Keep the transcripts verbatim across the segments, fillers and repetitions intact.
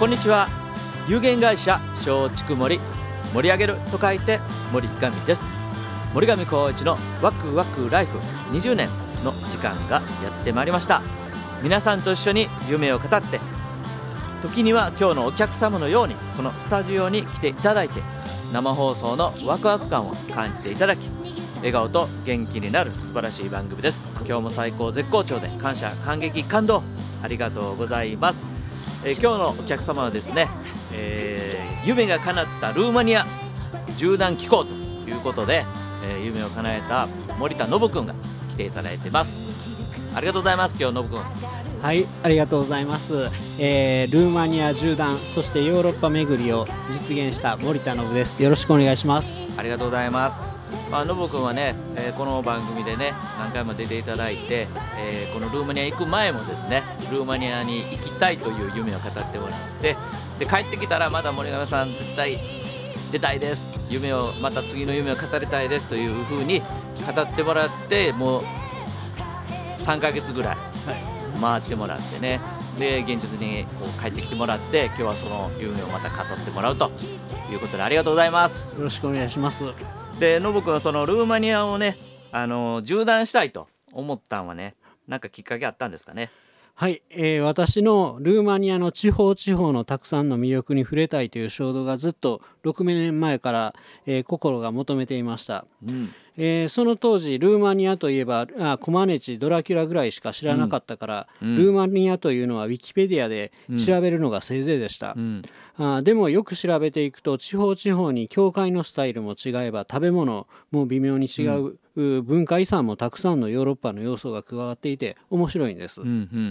こんにちは。有限会社松竹森、盛り上げると書いて森上です。森上光一のワクワクライフにじゅうねんの時間がやってまいりました。皆さんと一緒に夢を語って、時には今日のお客様のようにこのスタジオに来ていただいて、生放送のワクワク感を感じていただき、笑顔と元気になる素晴らしい番組です。今日も最高絶好調で感謝感激感動ありがとうございます。えー、今日のお客様はですね、えー、夢が叶ったルーマニア縦断機構ということで、えー、夢を叶えた森田信君が来ていただいてます。ありがとうございます。今日信君。 はい、ありがとうございます。えー、ルーマニア縦断、そしてヨーロッパ巡りを実現した森田信です。よろしくお願いします。 ありがとうございます。まあ、信君はね、えー、この番組でね何回も出ていただいて、えー、このルーマニア行く前もですね、ルーマニアに行きたいという夢を語ってもらって、で帰ってきたらまだ森上さん絶対出たいです、夢をまた次の夢を語りたいですというふうに語ってもらって、もうさんかげつぐらい回ってもらってね、で現実にこう帰ってきてもらって、今日はその夢をまた語ってもらうということで、ありがとうございます。 よろしくお願いします。 で、信君はそのルーマニアをね、あの縦断したいと思ったんはね、なんかきっかけあったんですかね。 はい、えー、私のルーマニアの地方地方のたくさんの魅力に触れたいという衝動がずっとろくねんまえから、えー、心が求めていました。うんえー、その当時ルーマニアといえばあコマネチ、ドラキュラぐらいしか知らなかったから、うん、ルーマニアというのはウィキペディアで調べるのがせいぜいでした。うんあでもよく調べていくと、地方地方に教会のスタイルも違えば食べ物も微妙に違う、うん、文化遺産もたくさんのヨーロッパの要素が加わっていて面白いんです。うんうん、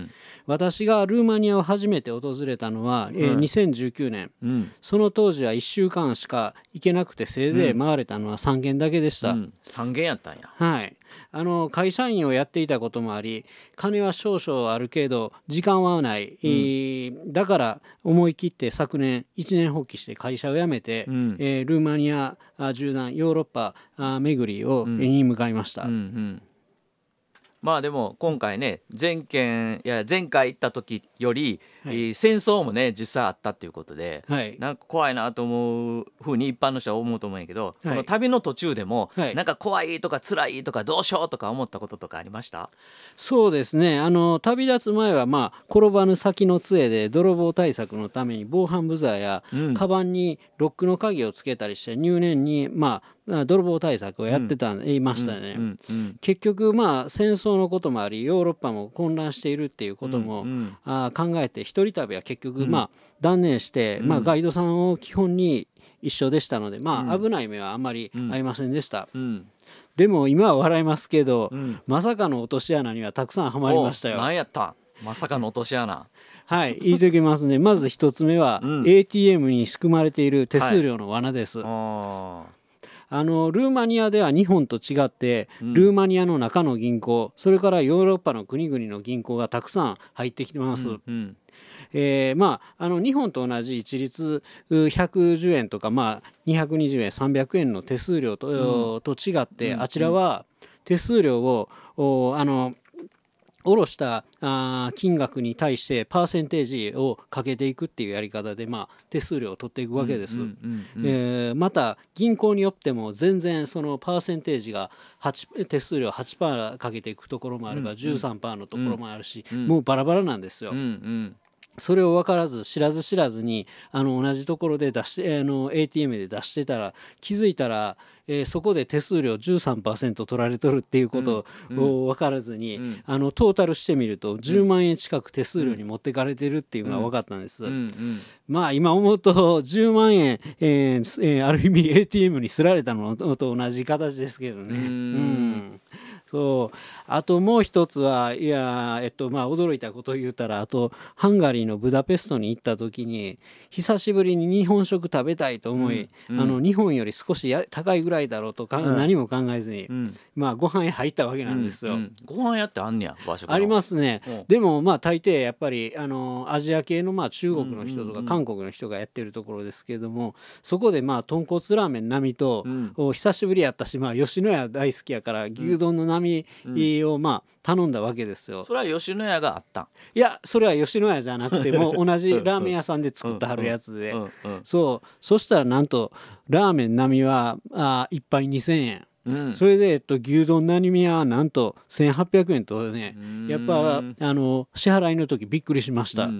私がルーマニアを初めて訪れたのは、うんえー、にせんじゅうきゅうねん、うん、その当時はいっしゅうかんしか行けなくて、せいぜい回れたのはさんけんだけでした。うん、 さんけんやったんや。 はい、あの会社員をやっていたこともあり、金は少々あるけど時間はない、うんえー、だから思い切って昨年一年発起して会社を辞めて、うんえー、ルーマニア縦断ヨーロッパ巡りを、うん、に向かいました。うんうんまあでも今回ね、前件いや前回行った時より、はい、戦争もね実際あったっていうことで、はい、なんか怖いなと思うふうに一般の人は思うと思うんやけど、はい、この旅の途中でも、はい、なんか怖いとか辛いとかどうしようとか思ったこととかありました？ そうですね、あの旅立つ前は、まあ、転ばぬ先の杖で泥棒対策のために防犯ブザーや、うん、カバンにロックの鍵をつけたりして入念に、まあ、泥棒対策をやってた、うん、言いましたね。うんうんうん、結局、まあ、戦争のこともありヨーロッパも混乱しているっていうことも、うんうん、あ考えて一人旅は結局、まあ、断念して、うんまあ、ガイドさんを基本に一緒でしたので、まあ、危ない目はあんまりありませんでした。うんうんでも今は笑いますけど、うん、まさかの落とし穴にはたくさんはまりましたよ。 何やったん？まさかの落とし穴。 はい言いときますね。まず一つ目は、うん、エーティーエム に仕組まれている手数料の罠です。はい、あのルーマニアでは日本と違って、うん、ルーマニアの中の銀行、それからヨーロッパの国々の銀行がたくさん入ってきてます。うんうんえーまあ、あの日本と同じ一律ひゃくじゅうえんとか、まあ、にひゃくにじゅうえんさんびゃくえんの手数料 と,、うん、と違って、うん、あちらは手数料をあの下ろしたあ金額に対してパーセンテージをかけていくっていうやり方で、まあ、手数料を取っていくわけです。また銀行によっても全然そのパーセンテージがはち手数料 はちパーセント かけていくところもあれば じゅうさんパーセント のところもあるし、うんうん、もうバラバラなんですよ。うんうんそれを分からず知らず知らずにあの同じところで出してあの エーティーエム で出してたら、気づいたら、えー、そこで手数料 じゅうさんパーセント 取られとるっていうことを分からずに、うんうん、あのトータルしてみるとじゅうまんえん近く手数料に持ってかれてるっていうのが分かったんです。うんうんうん、まあ今思うとじゅうまんえん、えーえー、ある意味 エーティーエム にすられたのと同じ形ですけどね。うんうんそうあともう一つはいや、えっとまあ、驚いたことを言うたら、あとハンガリーのブダペストに行った時に久しぶりに日本食食べたいと思い、うんうん、あの日本より少しや高いぐらいだろうとか、うん、何も考えずに、うんまあ、ご飯屋入ったわけなんですよ。うんうん、 ご飯屋ってあんねや場所ありますね。でもまあ大抵やっぱりあのアジア系のまあ中国の人とか韓国の人がやってるところですけれども、うんうんうん、そこでまあ豚骨ラーメン並みと、うん、久しぶりやったし、まあ、吉野家大好きやから牛丼の並みをまあ頼んだわけですよ。 それは吉野家があったん？ いやそれは吉野家じゃなくてもう同じラーメン屋さんで作ってはるやつで、そうそしたらなんとラーメン並みはあいっぱいにせんえん、うん、それで、えっと、牛丼並みはなんとせんはっぴゃくえんとね、やっぱあの支払いの時びっくりしました。うんうん、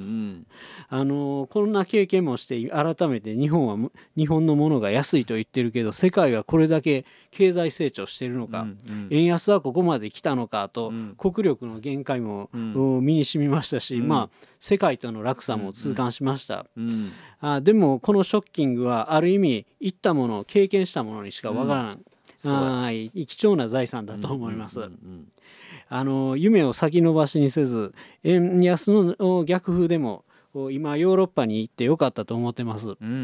あのこんな経験もして改めて日本は日本のものが安いと言ってるけど世界はこれだけ経済成長しているのか、うんうん、円安はここまで来たのかと、うん、国力の限界も、うん、身に染みましたし、うん、まあ世界との落差も痛感しました、うんうん、あでもこのショッキングはある意味行ったもの経験したものにしかわからない、うん、あ貴重な財産だと思います、うんうんうんうん、あの夢を先延ばしにせず円安の逆風でも今ヨーロッパに行ってよかったと思ってます、うんうんうん、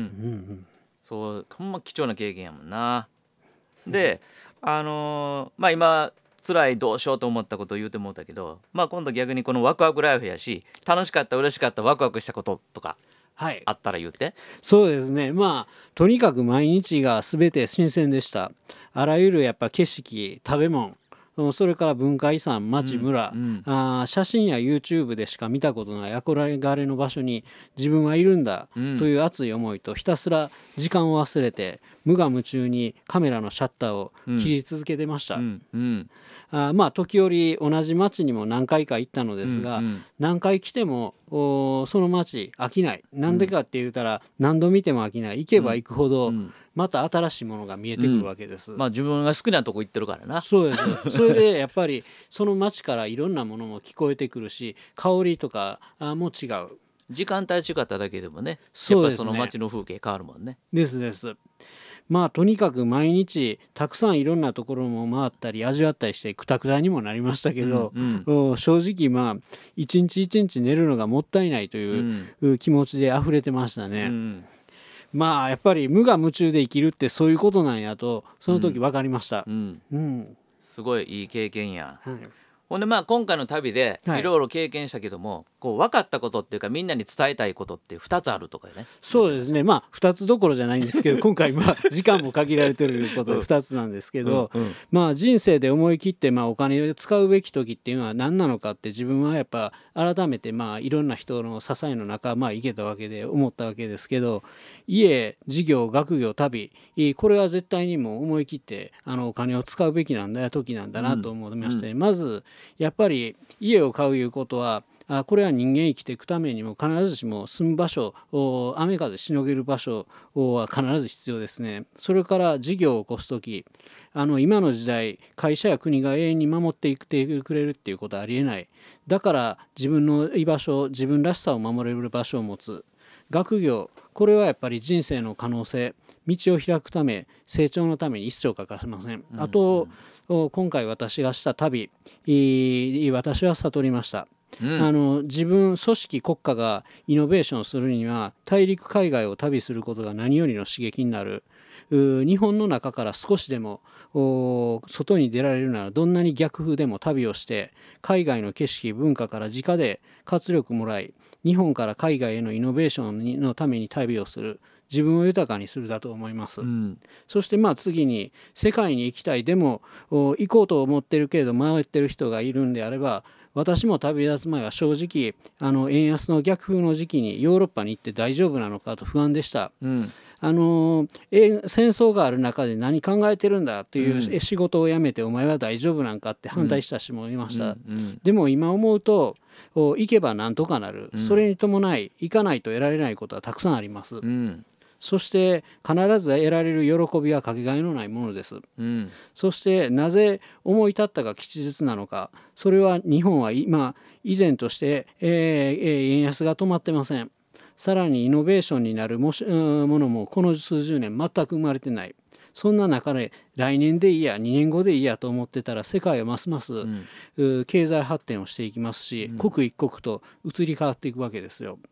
そうほんま貴重な経験やもんな。であのー、まあ今辛いどうしようと思ったことを言うてもうたけど、まあ今度逆にこのワクワクライフやし楽しかった嬉しかったワクワクしたこととかはい、あったら言って。 そうですね、まあとにかく毎日が全て新鮮でした。あらゆるやっぱ景色食べ物それから文化遺産町村、うんうん、あ写真や YouTube でしか見たことない憧れの場所に自分はいるんだという熱い思いとひたすら時間を忘れて無我夢中にカメラのシャッターを切り続けてました、うんうんうんあまあ時折同じ町にも何回か行ったのですが、うんうん、何回来てもその町飽きない。なんでかって言ったら、うん、何度見ても飽きない。行けば行くほど、うん、また新しいものが見えてくるわけです、 うん、まあ自分が好きなとこ行ってるからな。 そうですそれでやっぱりその町からいろんなものも聞こえてくるし香りとかも違う。 時間帯違っただけでもねやっぱその町の風景変わるもんね。 ですですまあとにかく毎日たくさんいろんなところも回ったり味わったりしてクタクタにもなりましたけど、うんうん、正直まあ一日一日寝るのがもったいないという気持ちで溢れてましたね、うん、まあやっぱり無我夢中で生きるってそういうことなんやとその時分かりました、うんうん、すごいいい経験や、はいほんでまあ今回の旅でいろいろ経験したけども、はい、こう分かったことっていうかみんなに伝えたいことってふたつあるとかね。 そうですねまあふたつどころじゃないんですけど今回まあ時間も限られてることでふたつなんですけど、うんうん、まあ人生で思い切ってまあお金を使うべき時っていうのは何なのかって自分はやっぱ改めてまあいろんな人の支えの中まあ行けたわけで思ったわけですけど家事業学業旅これは絶対にも思い切ってあのお金を使うべきなんだ時なんだなと思いまして、うんうん、まずやっぱり家を買ういうことはあこれは人間生きていくためにも必ずしも住む場所雨風しのげる場所は必ず必要ですね。それから事業を起こすときあの今の時代会社や国が永遠に守っていってくれるっていうことはありえない。だから自分の居場所自分らしさを守れる場所を持つ学業これはやっぱり人生の可能性道を開くため成長のために一生欠かせません。あと、うんうん、今回私がした旅私は悟りました、うん、あの自分組織国家がイノベーションするには大陸海外を旅することが何よりの刺激になる。日本の中から少しでも外に出られるならどんなに逆風でも旅をして海外の景色文化から直で活力もらい日本から海外へのイノベーションのために旅をする自分を豊かにするだと思います、うん、そしてまあ次に世界に行きたいでも行こうと思ってるけれど迷ってる人がいるんであれば私も旅立つ前は正直あの円安の逆風の時期にヨーロッパに行って大丈夫なのかと不安でした、うんあの戦争がある中で何考えてるんだという、うん、仕事を辞めてお前は大丈夫なんかって反対した人もいました、うんうんうん、でも今思うと行けばなんとかなる、うん、それに伴い行かないと得られないことはたくさんあります、うん、そして必ず得られる喜びはかけがえのないものです、うん、そしてなぜ思い立ったが吉日なのかそれは日本は今以前として、えー、円安が止まってません。さらにイノベーションになるもしものもこの数十年全く生まれてない。そんな中で来年でいいやにねんごでいいやと思ってたら世界はますます、うん、経済発展をしていきますし、うん、刻一刻と移り変わっていくわけですよ。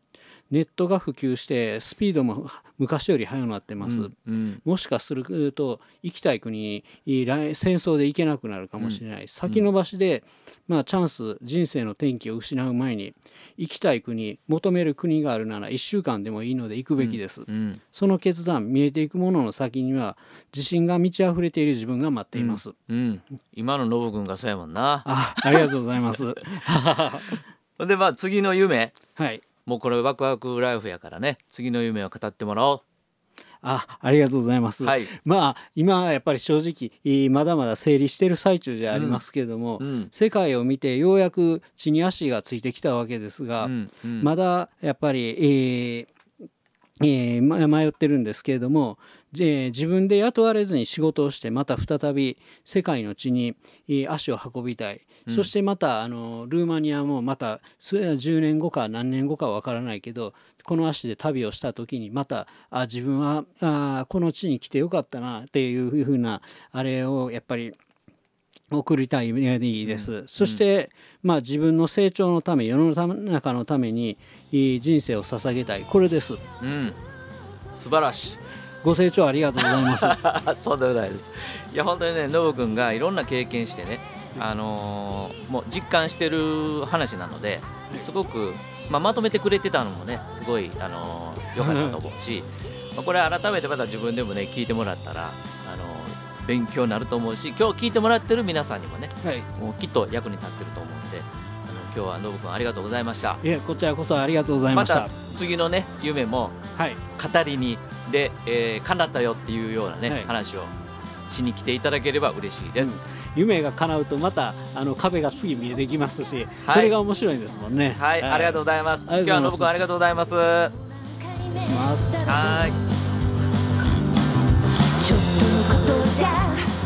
ネットが普及してスピードも昔より速くなってます、うんうん、もしかすると行きたい国に戦争で行けなくなるかもしれない、うん、先延ばしで、まあ、チャンス人生の転機を失う前に行きたい国求める国があるならいっしゅうかんでもいいので行くべきです、うんうん、その決断見えていくものの先には自信が満ち溢れている自分が待っています、 うんうん、今のノブ君がそうやもんな。 あ, ありがとうございますでまあ次の夢、 はい、 もうこれワクワクライフやからね、次の夢を語ってもらおう。 あ, ありがとうございます、はい、まあ今はやっぱり正直まだまだ整理している最中じゃありますけれども、うんうん、世界を見てようやく地に足がついてきたわけですが、うんうん、まだやっぱり、えーえー、迷ってるんですけれども、えー、自分で雇われずに仕事をしてまた再び世界の地に、えー、足を運びたい、うん、そしてまたあのルーマニアもまたじゅうねんごか何年後かは分からないけどこの足で旅をした時にまたあ自分はあこの地に来てよかったなっていうふうなあれをやっぱり送りたいです、うん、そして、まあ、自分の成長のため世の中のために人生を捧げたい、これです、 うん、素晴らしい。 ご清聴ありがとうございますとんでもないです。いや本当にねノブ君がいろんな経験してね、あのー、もう実感してる話なのですごく、まあ、まとめてくれてたのもねすごい、あのー、よかったと思うし、まあ、これ改めてまた自分でもね聞いてもらったら、あのー、勉強になると思うし今日聞いてもらってる皆さんにもね、はい、もうきっと役に立ってると思うんで、今日はノブ君ありがとうございました。 いやこちらこそありがとうございました。 また次のね夢も語りにで、えー、叶ったよっていうようなね、はい、話をしに来ていただければ嬉しいです、うん、 夢が叶うとまたあの壁が次見えてきますし、はい、それが面白いんですもんね。 はい、はい、ありがとうございます。今日はノブ君ありがとうございます。お願いします。 はい。 ちょっとのことじゃ